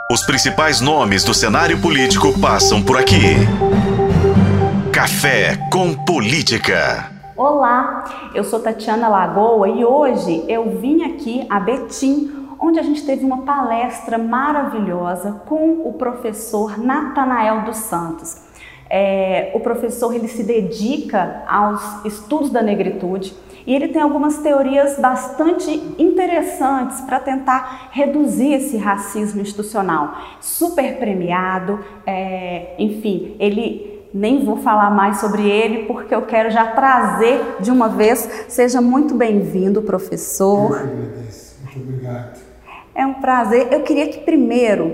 Os principais nomes do cenário político passam por aqui. Café com Política. Olá, eu sou Tatiana Lagoa e hoje eu vim aqui a Betim, onde a gente teve uma palestra maravilhosa com o professor Natanael dos Santos. O professor ele se dedica aos estudos da negritude e ele tem algumas teorias bastante interessantes para tentar reduzir esse racismo institucional. Super premiado, enfim, nem vou falar mais sobre ele porque eu quero já trazer de uma vez. Seja muito bem-vindo, professor. Eu agradeço. Muito obrigado. É um prazer. Eu queria que primeiro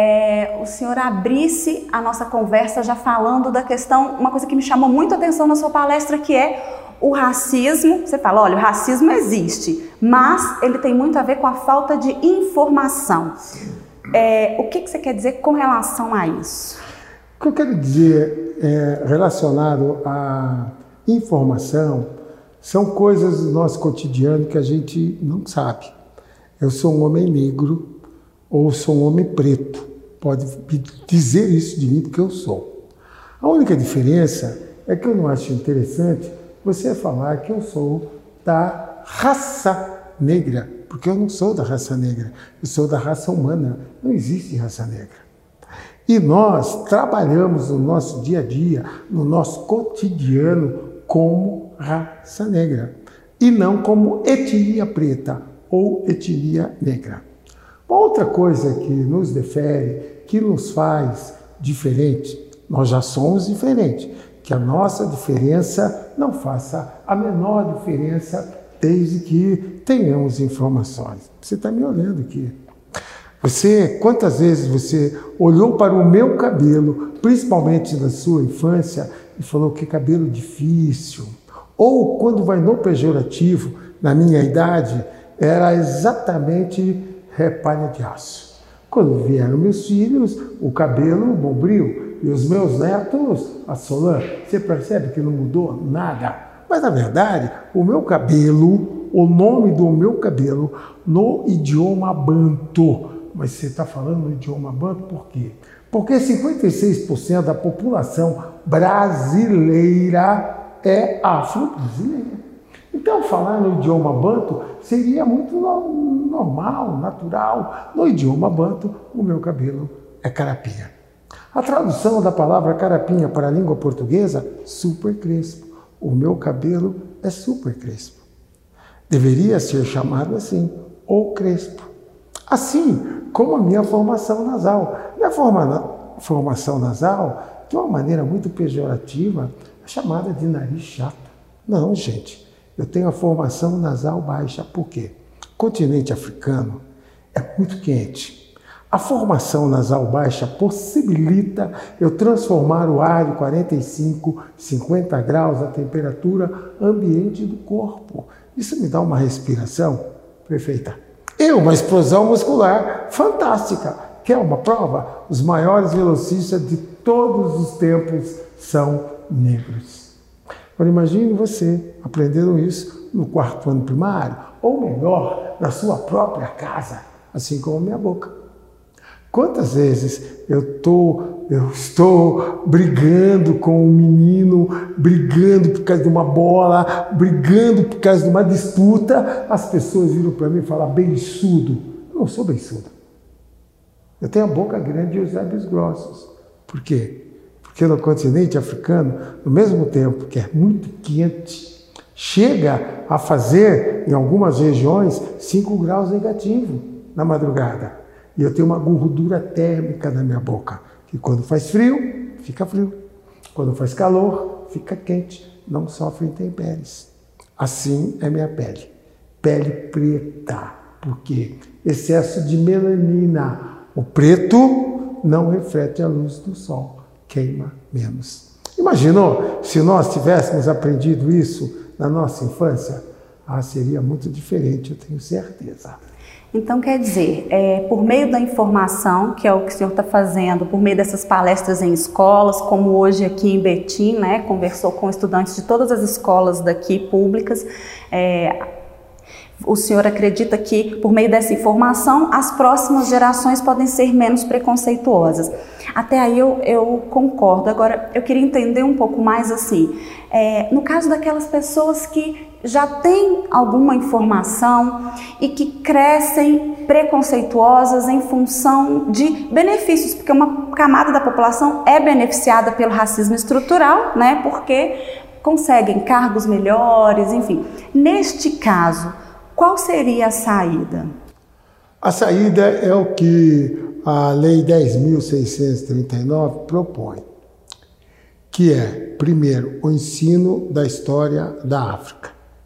o senhor abrisse a nossa conversa já falando da questão, uma coisa que me chamou muito a atenção na sua palestra, que é o racismo. Você fala, olha, o racismo existe, mas ele tem muito a ver com a falta de informação. O que você quer dizer com relação a isso? O que eu quero dizer relacionado à informação são coisas do nosso cotidiano que a gente não sabe. Eu sou um homem negro ou sou um homem preto. Pode dizer isso de mim porque eu sou. A única diferença é que eu não acho interessante você falar que eu sou da raça negra, porque eu não sou da raça negra, eu sou da raça humana. Não existe raça negra. E nós trabalhamos no nosso dia a dia, no nosso cotidiano, como raça negra e não como etnia preta ou etnia negra. Uma outra coisa que nos difere, que nos faz diferente, nós já somos diferentes, que a nossa diferença não faça a menor diferença desde que tenhamos informações. Você está me olhando aqui. Quantas vezes você olhou para o meu cabelo, principalmente na sua infância, e falou que cabelo difícil? Ou quando vai no pejorativo, na minha idade, era exatamente palha de aço. Quando vieram meus filhos, o cabelo bombril, e os meus netos, a Solan, você percebe que não mudou nada. Mas, na verdade, o meu cabelo, o nome do meu cabelo, no idioma banto. Mas você está falando no idioma banto por quê? Porque 56% da população brasileira é afro-brasileira. Então, falar no idioma banto seria muito normal, natural. No idioma banto, o meu cabelo é carapinha. A tradução da palavra carapinha para a língua portuguesa, super crespo. O meu cabelo é super crespo. Deveria ser chamado assim, ou crespo. Assim como a minha formação nasal. Minha formação nasal, de uma maneira muito pejorativa, é chamada de nariz chato. Não, gente. Eu tenho a formação nasal baixa. Por quê? O continente africano é muito quente. A formação nasal baixa possibilita eu transformar o ar de 45, 50 graus a temperatura ambiente do corpo. Isso me dá uma respiração perfeita. E uma explosão muscular fantástica. Quer uma prova? Os maiores velocistas de todos os tempos são negros. Agora imagine você aprendendo isso no 4º ano primário, ou melhor, na sua própria casa, assim como a minha boca. Quantas vezes eu estou brigando com um menino, brigando por causa de uma bola, brigando por causa de uma disputa, as pessoas viram para mim e falam, beiçudo. Eu não sou beiçudo. Eu tenho a boca grande e os lábios grossos. Por quê? Porque no continente africano, no mesmo tempo que é muito quente, chega a fazer, em algumas regiões, 5 graus negativo na madrugada. E eu tenho uma gordura térmica na minha boca, que quando faz frio, fica frio. Quando faz calor, fica quente. Não sofre intempéries. Assim é minha pele. Pele preta. Por quê? Excesso de melanina. O preto não reflete a luz do sol. Queima menos. Imaginou se nós tivéssemos aprendido isso na nossa infância? Seria muito diferente, eu tenho certeza. Então, quer dizer, por meio da informação, que é o que o senhor está fazendo, por meio dessas palestras em escolas, como hoje aqui em Betim, né, conversou com estudantes de todas as escolas daqui públicas, o senhor acredita que, por meio dessa informação, as próximas gerações podem ser menos preconceituosas. Até aí eu concordo. Agora, eu queria entender um pouco mais assim, no caso daquelas pessoas que já têm alguma informação e que crescem preconceituosas em função de benefícios, porque uma camada da população é beneficiada pelo racismo estrutural, né, porque conseguem cargos melhores, enfim. Neste caso, qual seria a saída? A saída é o que a Lei 10.639 propõe, que é, primeiro, o ensino da história da África.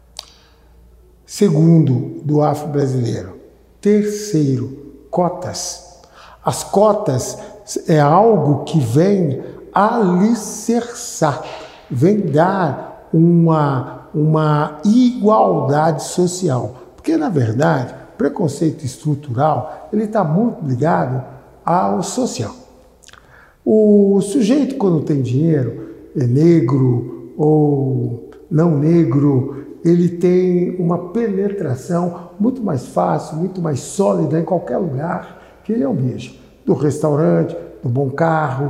Segundo, do afro-brasileiro. Terceiro, cotas. As cotas é algo que vem alicerçar, vem dar uma igualdade social. Porque, na verdade, preconceito estrutural, ele está muito ligado ao social. O sujeito, quando tem dinheiro, é negro ou não negro, ele tem uma penetração muito mais fácil, muito mais sólida em qualquer lugar que ele almeja. Do restaurante, do bom carro,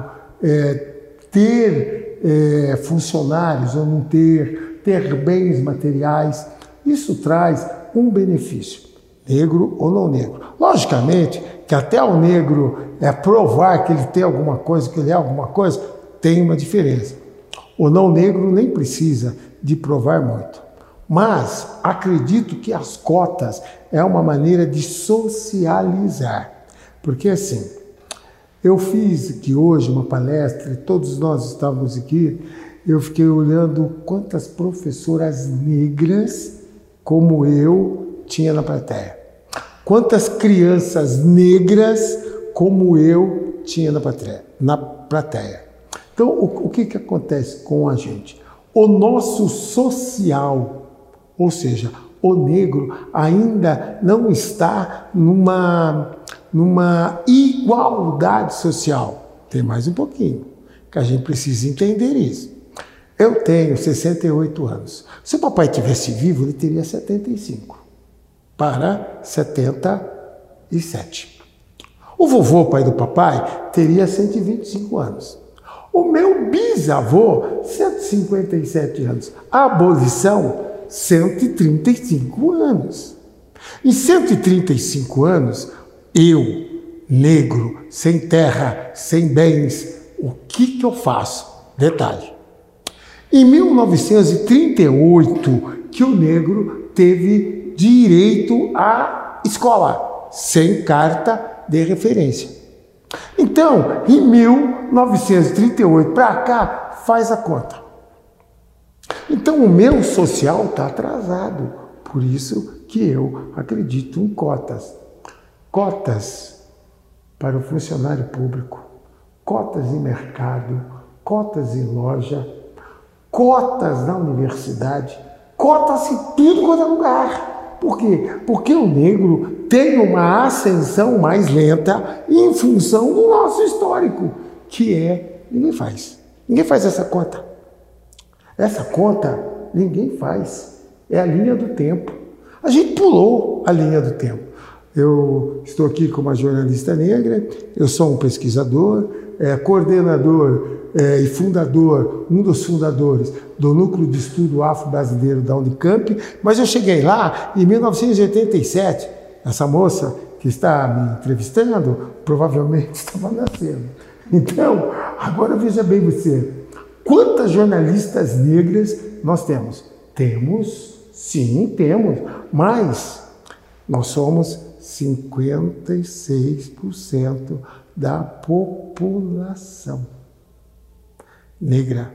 ter funcionários ou não ter bens materiais. Isso traz um benefício, negro ou não negro. Logicamente que até o negro provar que ele tem alguma coisa, que ele é alguma coisa, tem uma diferença. O não negro nem precisa de provar muito. Mas acredito que as cotas é uma maneira de socializar. Porque assim, eu fiz aqui hoje uma palestra, e todos nós estávamos aqui, eu fiquei olhando quantas professoras negras como eu tinha na plateia. Quantas crianças negras como eu tinha na plateia. Então, o que acontece com a gente? O nosso social, ou seja, o negro ainda não está numa igualdade social. Tem mais um pouquinho, que a gente precisa entender isso. Eu tenho 68 anos. Se o papai tivesse vivo, ele teria 75 para 77. O vovô, pai do papai, teria 125 anos. O meu bisavô, 157 anos. A abolição, 135 anos. Em 135 anos, eu, negro, sem terra, sem bens, o que eu faço? Detalhe. Em 1938, que o negro teve direito à escola, sem carta de referência. Então, em 1938 para cá, faz a conta. Então, o meu social está atrasado. Por isso que eu acredito em cotas. Cotas para o funcionário público, cotas em mercado, cotas em loja, cotas na universidade, cotas em tudo quanto é lugar. Por quê? Porque o negro tem uma ascensão mais lenta em função do nosso histórico, que ninguém faz. Ninguém faz essa conta. Essa conta ninguém faz. É a linha do tempo. A gente pulou a linha do tempo. Eu estou aqui como uma jornalista negra, eu sou um pesquisador, coordenador e fundador, um dos fundadores do Núcleo de Estudo Afro-Brasileiro da Unicamp, mas eu cheguei lá em 1987. Essa moça que está me entrevistando provavelmente estava nascendo. Então, agora veja bem você, quantas jornalistas negras nós temos? Temos, sim, temos, mas nós somos 56% da população negra.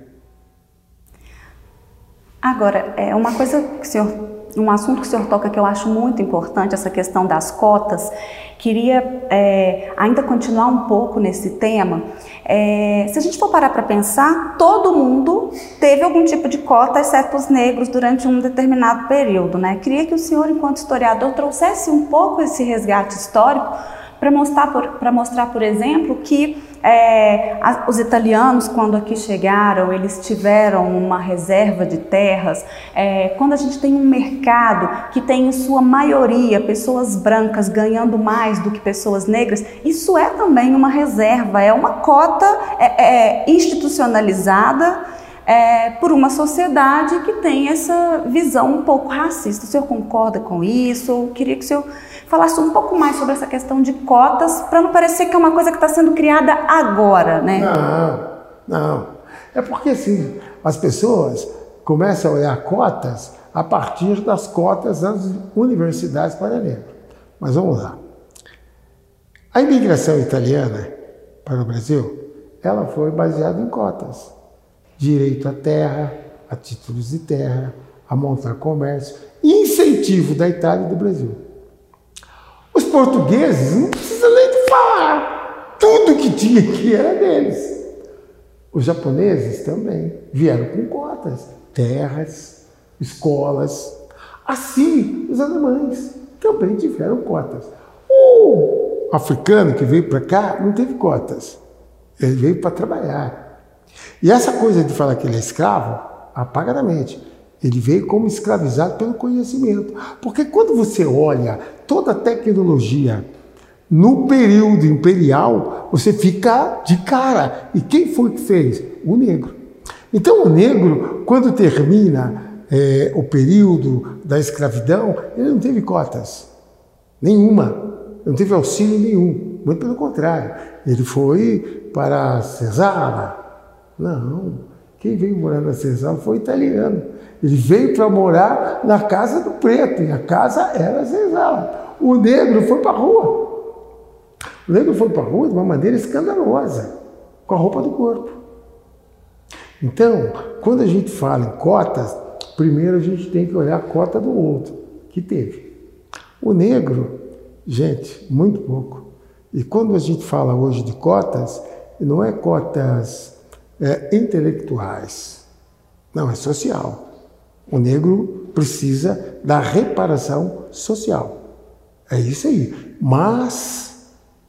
Agora, uma coisa que um assunto que o senhor toca que eu acho muito importante, essa questão das cotas. Queria ainda continuar um pouco nesse tema. Se a gente for parar para pensar, todo mundo teve algum tipo de cota, exceto os negros, durante um determinado período, né? Queria que o senhor, enquanto historiador, trouxesse um pouco esse resgate histórico para mostrar, por exemplo, que os italianos, quando aqui chegaram, eles tiveram uma reserva de terras. Quando a gente tem um mercado que tem em sua maioria pessoas brancas ganhando mais do que pessoas negras, isso é também uma reserva, é uma cota institucionalizada por uma sociedade que tem essa visão um pouco racista. O senhor concorda com isso? Eu queria que o senhor falasse um pouco mais sobre essa questão de cotas, para não parecer que é uma coisa que está sendo criada agora, né? Não. É porque assim, as pessoas começam a olhar cotas a partir das cotas das universidades para negros. Mas vamos lá. A imigração italiana para o Brasil, ela foi baseada em cotas. Direito à terra, a títulos de terra, a montar comércio, incentivo da Itália e do Brasil. Os portugueses não precisam nem de falar. Tudo que tinha aqui era deles. Os japoneses também vieram com cotas, terras, escolas. Assim, os alemães também tiveram cotas. O africano que veio para cá não teve cotas. Ele veio para trabalhar. E essa coisa de falar que ele é escravo, apaga da mente. Ele veio como escravizado pelo conhecimento. Porque quando você olha toda a tecnologia no período imperial, você fica de cara. E quem foi que fez? O negro. Então o negro, quando termina o período da escravidão, ele não teve cotas. Nenhuma. Não teve auxílio nenhum. Muito pelo contrário. Ele foi para a senzala. Não. Quem veio morar na senzala foi italiano. Ele veio para morar na casa do preto, e a casa era a senzala. O negro foi para a rua. O negro foi para a rua de uma maneira escandalosa, com a roupa do corpo. Então, quando a gente fala em cotas, primeiro a gente tem que olhar a cota do outro, que teve. O negro, gente, muito pouco. E quando a gente fala hoje de cotas, não é cotas intelectuais, não, é social. O negro precisa da reparação social. É isso aí. Mas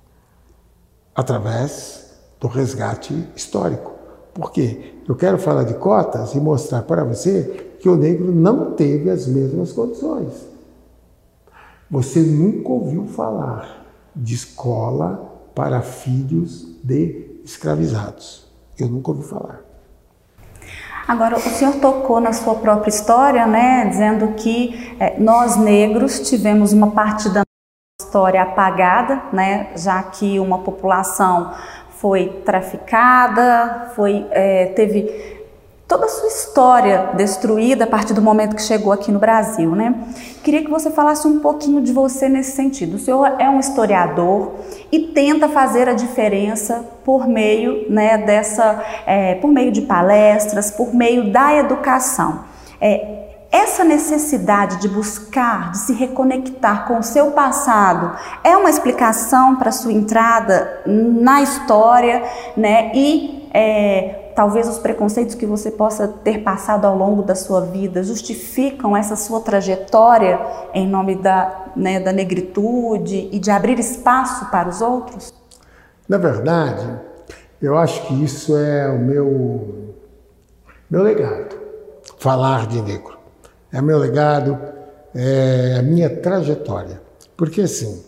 através do resgate histórico. Por quê? Eu quero falar de cotas e mostrar para você que o negro não teve as mesmas condições. Você nunca ouviu falar de escola para filhos de escravizados. Eu nunca ouvi falar. Agora, o senhor tocou na sua própria história, né, dizendo que nós negros tivemos uma parte da nossa história apagada, né, já que uma população foi traficada, teve toda a sua história destruída a partir do momento que chegou aqui no Brasil, né? Queria que você falasse um pouquinho de você nesse sentido. O senhor é um historiador e tenta fazer a diferença por meio, né, por meio de palestras, por meio da educação. Essa necessidade de buscar, de se reconectar com o seu passado, é uma explicação para a sua entrada na história, né? E talvez os preconceitos que você possa ter passado ao longo da sua vida justificam essa sua trajetória em nome da negritude e de abrir espaço para os outros? Na verdade, eu acho que isso é o meu legado, falar de negro. É meu legado, é a minha trajetória. Porque assim,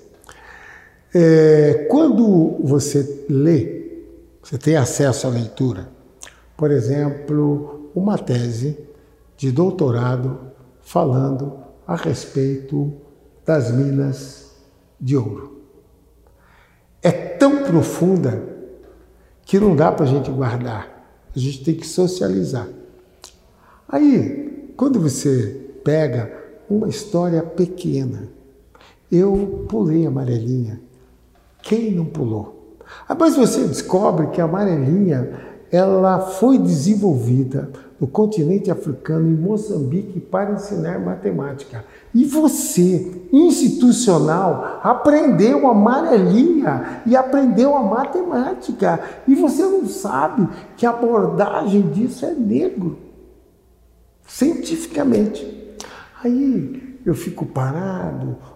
quando você lê, você tem acesso à leitura, por exemplo, uma tese de doutorado falando a respeito das minas de ouro. É tão profunda que não dá para a gente guardar, a gente tem que socializar. Aí, quando você pega uma história pequena, eu pulei a amarelinha, quem não pulou? Mas você descobre que a amarelinha ela foi desenvolvida no continente africano, em Moçambique, para ensinar matemática. E você, institucional, aprendeu a amarelinha e aprendeu a matemática. E você não sabe que a abordagem disso é negro, cientificamente. Aí eu fico parado,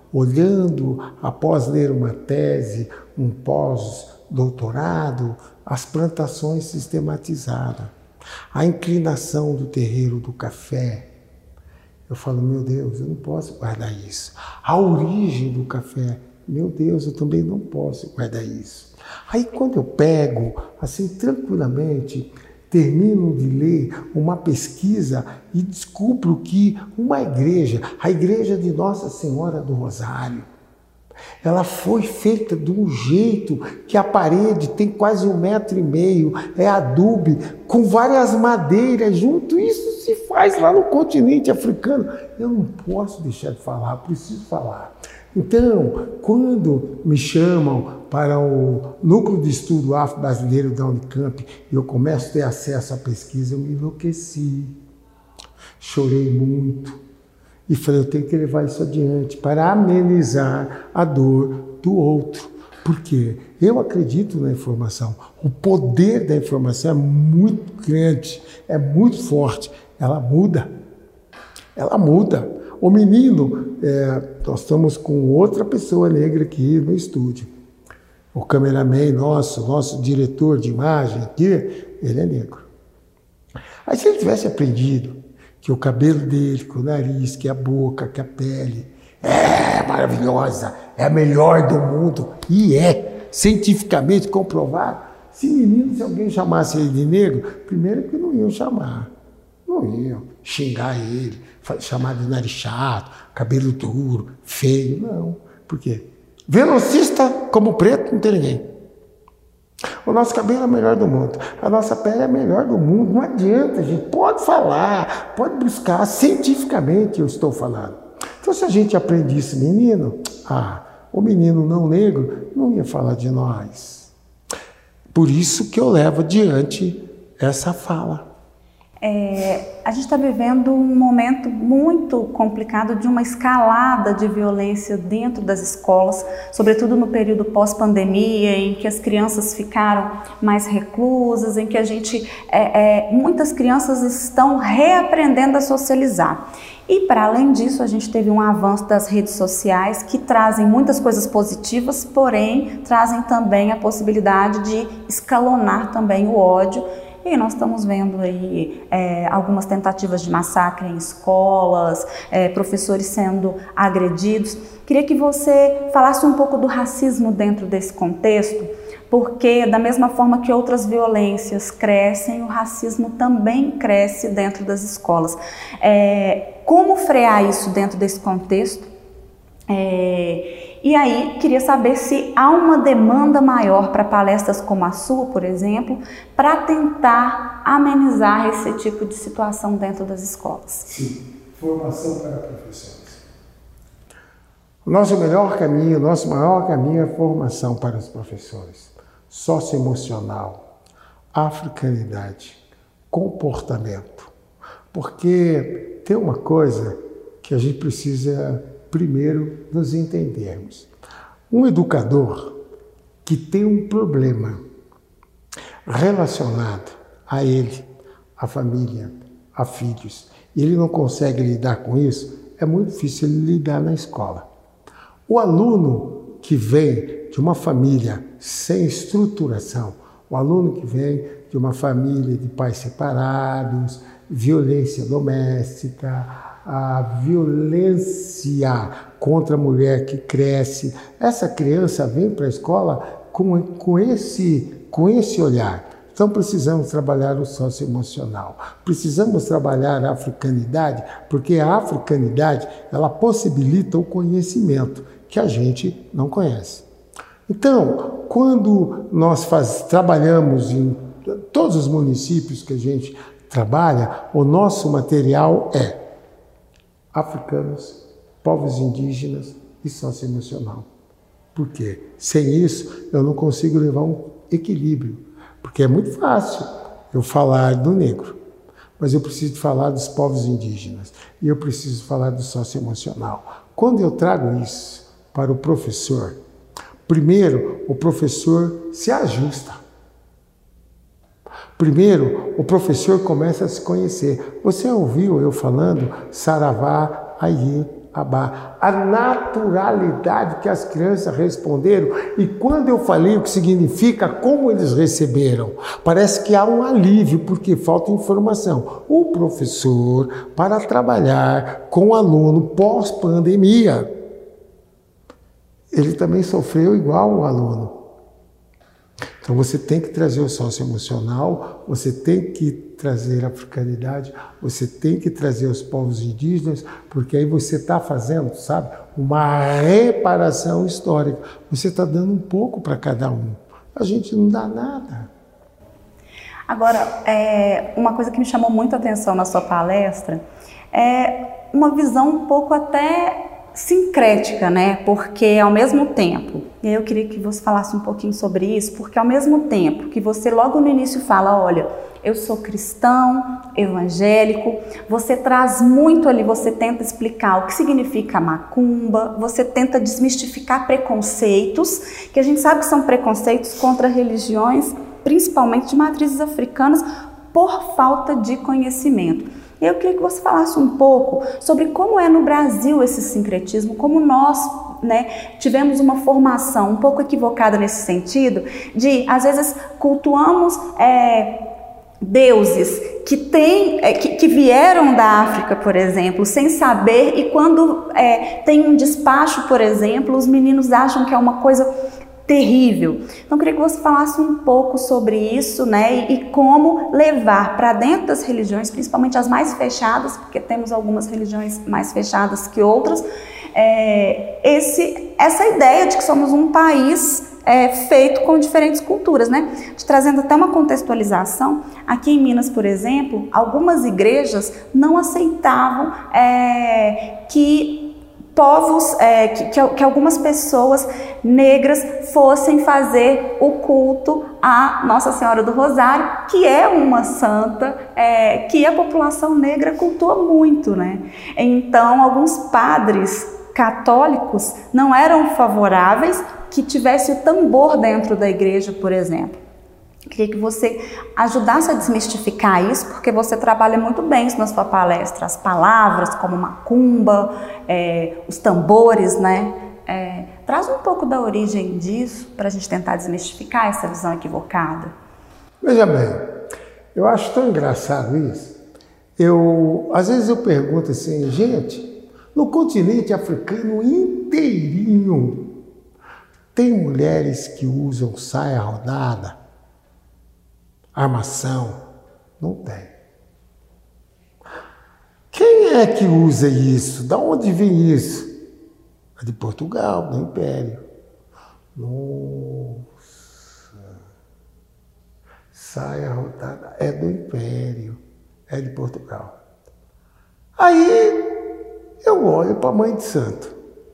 olhando, após ler uma tese, um pós-doutorado, as plantações sistematizadas, a inclinação do terreiro do café. Eu falo, meu Deus, eu não posso guardar isso. A origem do café, meu Deus, eu também não posso guardar isso. Aí quando eu pego, assim, tranquilamente, termino de ler uma pesquisa e descubro que uma igreja, a igreja de Nossa Senhora do Rosário, ela foi feita de um jeito que a parede tem quase 1,5 metros, é adobe, com várias madeiras junto. Isso se faz lá no continente africano. Eu não posso deixar de falar, preciso falar. Então, quando me chamam para o Núcleo de Estudo Afro-Brasileiro da Unicamp e eu começo a ter acesso à pesquisa, eu me enlouqueci, chorei muito. E falei, eu tenho que levar isso adiante para amenizar a dor do outro. Por quê? Eu acredito na informação. O poder da informação é muito grande, é muito forte. Ela muda. Ela muda. O menino, nós estamos com outra pessoa negra aqui no estúdio. O cameraman nosso diretor de imagem aqui, ele é negro. Aí se ele tivesse aprendido que o cabelo dele, que o nariz, que a boca, que a pele é maravilhosa, é a melhor do mundo, e é cientificamente comprovado. Se menino, se alguém chamasse ele de negro, primeiro que não iam chamar, não iam xingar ele, chamar de nariz chato, cabelo duro, feio, não. Por quê? Velocista como preto não tem ninguém. O nosso cabelo é o melhor do mundo, a nossa pele é a melhor do mundo, não adianta, gente, pode falar, pode buscar, cientificamente eu estou falando. Então se a gente aprendesse menino, o menino não negro não ia falar de nós. Por isso que eu levo adiante essa fala. A gente está vivendo um momento muito complicado de uma escalada de violência dentro das escolas, sobretudo no período pós-pandemia, em que as crianças ficaram mais reclusas, em que muitas crianças estão reaprendendo a socializar. E para além disso, a gente teve um avanço das redes sociais que trazem muitas coisas positivas, porém trazem também a possibilidade de escalonar também o ódio. E nós estamos vendo aí algumas tentativas de massacre em escolas, professores sendo agredidos. Queria que você falasse um pouco do racismo dentro desse contexto, porque da mesma forma que outras violências crescem, o racismo também cresce dentro das escolas. Como frear isso dentro desse contexto? E aí, queria saber se há uma demanda maior para palestras como a sua, por exemplo, para tentar amenizar esse tipo de situação dentro das escolas. Sim, formação para professores. O nosso melhor caminho, o nosso maior caminho é a formação para os professores. Socioemocional, africanidade, comportamento. Porque tem uma coisa que a gente precisa primeiro nos entendermos. Um educador que tem um problema relacionado a ele, a família, a filhos, e ele não consegue lidar com isso, é muito difícil ele lidar na escola. O aluno que vem de uma família sem estruturação, o aluno que vem de uma família de pais separados, violência doméstica, a violência contra a mulher que cresce, essa criança vem para a escola com esse olhar. Então precisamos trabalhar o socioemocional, precisamos trabalhar a africanidade, porque a africanidade ela possibilita o conhecimento que a gente não conhece. Então, quando nós trabalhamos em todos os municípios que a gente trabalha, o nosso material é africanos, povos indígenas e socioemocional. Por quê? Sem isso, eu não consigo levar um equilíbrio. Porque é muito fácil eu falar do negro, mas eu preciso falar dos povos indígenas e eu preciso falar do socioemocional. Quando eu trago isso para o professor, primeiro o professor se ajusta. Primeiro, o professor começa a se conhecer. Você ouviu eu falando Saravá, Aie, a naturalidade que as crianças responderam. E quando eu falei o que significa, como eles receberam, parece que há um alívio, porque falta informação. O professor, para trabalhar com o aluno pós-pandemia, ele também sofreu igual o aluno. Então você tem que trazer o socioemocional, você tem que trazer a africanidade, você tem que trazer os povos indígenas, porque aí você está fazendo, sabe, uma reparação histórica. Você está dando um pouco para cada um. A gente não dá nada. Agora, uma coisa que me chamou muito a atenção na sua palestra é uma visão um pouco até sincrética, né? Porque ao mesmo tempo, e aí eu queria que você falasse um pouquinho sobre isso, porque ao mesmo tempo que você logo no início fala, olha, eu sou cristão, evangélico, você traz muito ali, você tenta explicar o que significa macumba, você tenta desmistificar preconceitos, que a gente sabe que são preconceitos contra religiões, principalmente de matrizes africanas, por falta de conhecimento. Eu queria que você falasse um pouco sobre como é no Brasil esse sincretismo, como nós, né, tivemos uma formação um pouco equivocada nesse sentido, de às vezes cultuamos deuses que vieram da África, por exemplo, sem saber, e quando tem um despacho, por exemplo, os meninos acham que é uma coisa terrível. Então, eu queria que você falasse um pouco sobre isso, né, e como levar para dentro das religiões, principalmente as mais fechadas, porque temos algumas religiões mais fechadas que outras, essa ideia de que somos um país feito com diferentes culturas, né? Trazendo até uma contextualização, aqui em Minas, por exemplo, algumas igrejas não aceitavam que povos, que algumas pessoas negras fossem fazer o culto à Nossa Senhora do Rosário, que é uma santa, que a população negra cultua muito, né? Então, alguns padres católicos não eram favoráveis que tivesse o tambor dentro da igreja, por exemplo. Queria que você ajudasse a desmistificar isso, porque você trabalha muito bem isso na sua palestra, as palavras como macumba, os tambores, né? Traz um pouco da origem disso para a gente tentar desmistificar essa visão equivocada. Veja bem, eu acho tão engraçado isso. Às vezes eu pergunto assim, gente, no continente africano inteirinho, tem mulheres que usam saia rodada, armação? Não tem. Quem é que usa isso? Da onde vem isso? É de Portugal, do Império. Nossa! Saia rodada é do Império, é de Portugal. Aí eu olho para a Mãe de Santo.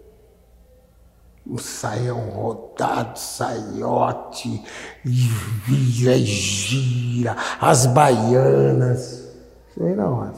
Um saião rodado, saiote, vira e gira, as baianas. Sei na onde?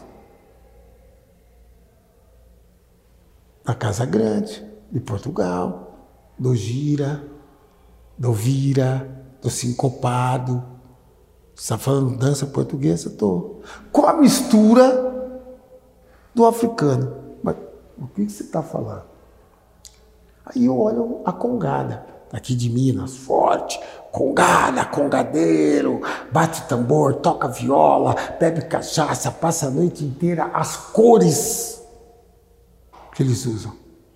Na Casa Grande, de Portugal, do gira, do vira, do sincopado. Você está falando dança portuguesa? Estou. Com a mistura do africano. Mas o que você está falando? Aí eu olho a congada, aqui de Minas, forte, congada, congadeiro, bate tambor, toca viola, bebe cachaça, passa a noite inteira, as cores que eles usam.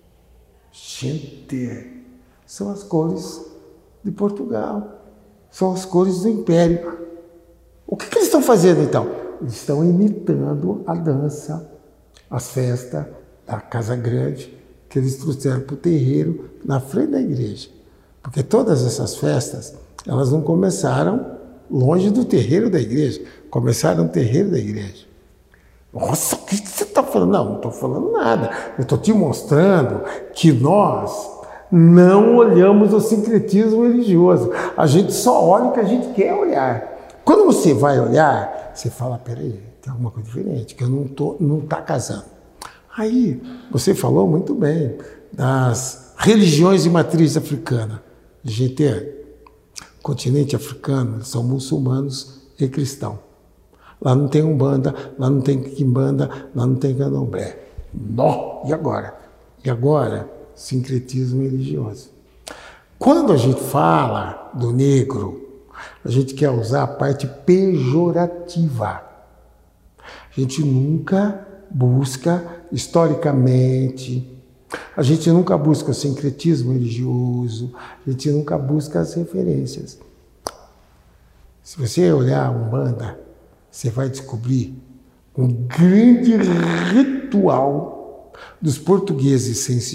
Gente, são as cores de Portugal, são as cores do Império. O que eles estão fazendo então? Eles estão imitando a dança, as festas da Casa Grande, que eles trouxeram para o terreiro na frente da igreja. Porque todas essas festas, elas não começaram longe do terreiro da igreja, começaram no terreiro da igreja. Nossa, o que você está falando? Não estou falando nada. Eu estou te mostrando que nós não olhamos o sincretismo religioso. A gente só olha o que a gente quer olhar. Quando você vai olhar, você fala, peraí, tem alguma coisa diferente, que eu não está casando. Aí, você falou muito bem das religiões de matriz africana. GT, continente africano, eles são muçulmanos e cristãos. Lá não tem Umbanda, lá não tem Quimbanda, lá não tem Candomblé. Nó! E agora? E agora, sincretismo religioso. Quando a gente fala do negro, a gente quer usar a parte pejorativa. A gente nunca busca historicamente, a gente nunca busca o sincretismo religioso, a gente nunca busca as referências. Se você olhar a Umbanda, você vai descobrir um grande ritual dos portugueses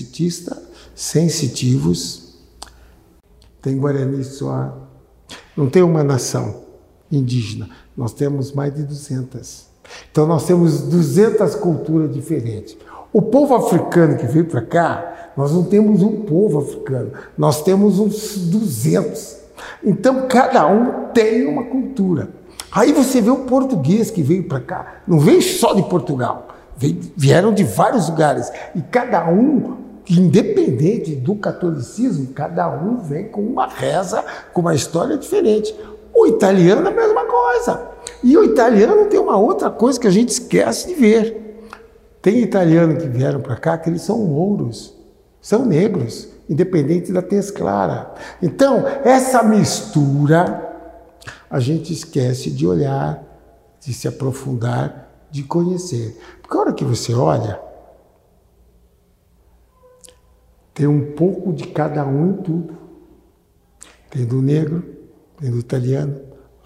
sensitivos. Tem Guarani só, não tem uma nação indígena, nós temos mais de 200. Então nós temos 200 culturas diferentes. O povo africano que veio para cá, nós não temos um povo africano, nós temos uns 200. Então cada um tem uma cultura. Aí você vê o português que veio para cá, não veio só de Portugal, vieram de vários lugares. E cada um, independente do catolicismo, cada um vem com uma reza, com uma história diferente. O italiano é a mesma coisa. E o italiano tem uma outra coisa que a gente esquece de ver. Tem italianos que vieram para cá que eles são mouros, são negros, independente da tez clara. Então, essa mistura, a gente esquece de olhar, de se aprofundar, de conhecer. Porque a hora que você olha, tem um pouco de cada um em tudo. Tem do negro, tem do italiano,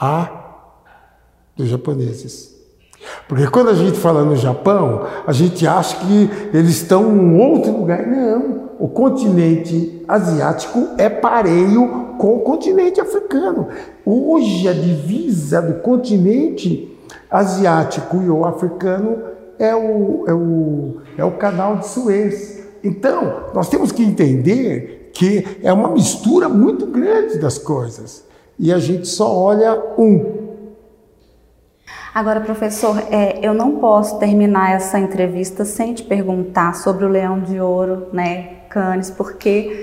dos japoneses. Porque quando a gente fala no Japão, a gente acha que eles estão em um outro lugar. Não, o continente asiático é pareio com o continente africano. Hoje a divisa do continente asiático e o africano é o canal de Suez. Então, nós temos que entender que é uma mistura muito grande das coisas. E a gente só olha um. Agora, professor, eu não posso terminar essa entrevista sem te perguntar sobre o Leão de Ouro, né, Canis, porque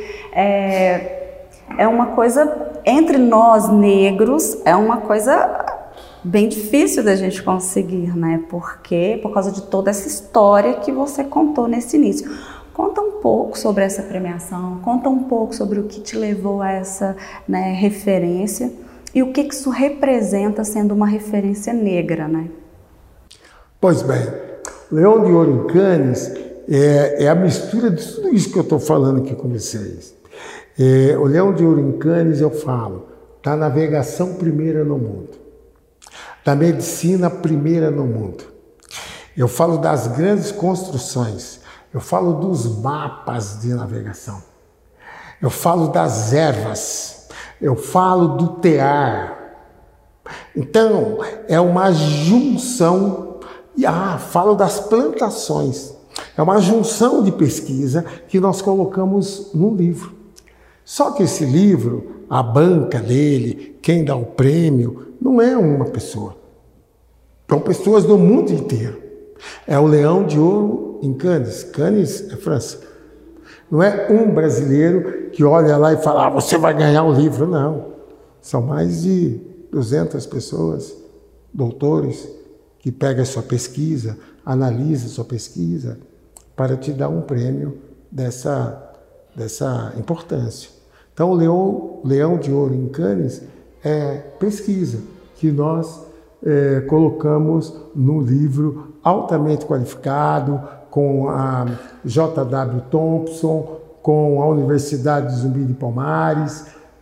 é uma coisa, entre nós negros, é uma coisa bem difícil da gente conseguir, né, porque por causa de toda essa história que você contou nesse início. Conta um pouco sobre essa premiação, conta um pouco sobre o que te levou a essa, né, referência. E o que isso representa sendo uma referência negra, né? Pois bem, Leão de Ouro em Canis é a mistura de tudo isso que eu estou falando aqui com vocês. O Leão de Ouro em Canis, eu falo, da navegação primeira no mundo, da medicina primeira no mundo. Eu falo das grandes construções, eu falo dos mapas de navegação, eu falo das ervas, eu falo do tear. Então, é uma junção, falo das plantações. É uma junção de pesquisa que nós colocamos num livro. Só que esse livro, a banca dele, quem dá o prêmio, não é uma pessoa. São pessoas do mundo inteiro. É o Leão de Ouro em Canis. Canis é França. Não é um brasileiro que olha lá e fala, você vai ganhar o livro. Não. São mais de 200 pessoas, doutores, que pegam a sua pesquisa, analisam a sua pesquisa para te dar um prêmio dessa importância. Então, o Leão de Ouro em Canis é pesquisa que nós colocamos no livro altamente qualificado, com a J.W. Thompson, com a Universidade de Zumbi de Palmares.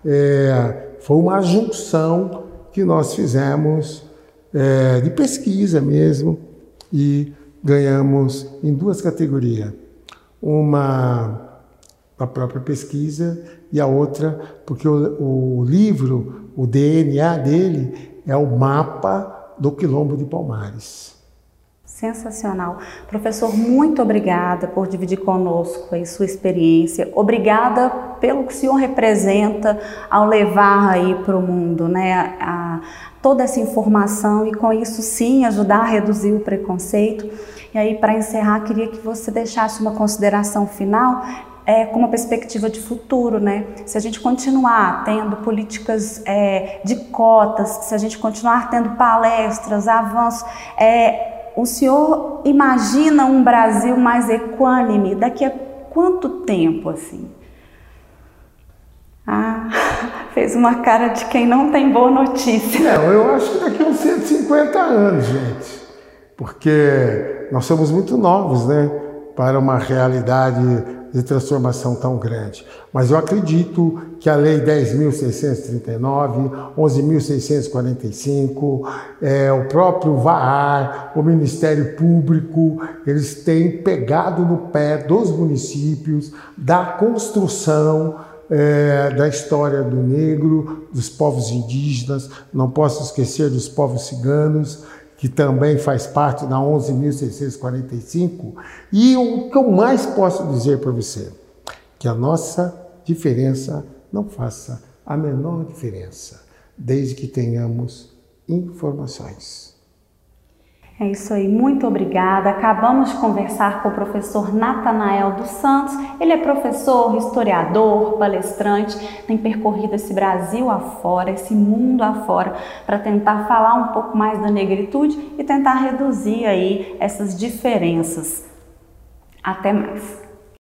Foi uma junção que nós fizemos de pesquisa mesmo e ganhamos em 2 categorias. Uma a própria pesquisa e a outra porque o livro, o DNA dele é o mapa do Quilombo de Palmares. Sensacional. Professor, muito obrigada por dividir conosco aí sua experiência. Obrigada pelo que o senhor representa ao levar aí para o mundo, né, toda essa informação e com isso sim ajudar a reduzir o preconceito. E aí, para encerrar, queria que você deixasse uma consideração final com uma perspectiva de futuro, né? Se a gente continuar tendo políticas de cotas, se a gente continuar tendo palestras, avanços, o senhor imagina um Brasil mais equânime daqui a quanto tempo assim? Ah, fez uma cara de quem não tem boa notícia. Não, eu acho que daqui a uns 150 anos, gente. Porque nós somos muito novos, né? Para uma realidade de transformação tão grande. Mas eu acredito que a Lei 10.639, 11.645, o próprio VAR, o Ministério Público, eles têm pegado no pé dos municípios, da construção da história do negro, dos povos indígenas, não posso esquecer dos povos ciganos, que também faz parte da 11.645. E o que eu mais posso dizer para você, que a nossa diferença não faça a menor diferença, desde que tenhamos informações. É isso aí, muito obrigada. Acabamos de conversar com o professor Natanael dos Santos. Ele é professor, historiador, palestrante, tem percorrido esse Brasil afora, esse mundo afora, para tentar falar um pouco mais da negritude e tentar reduzir aí essas diferenças. Até mais.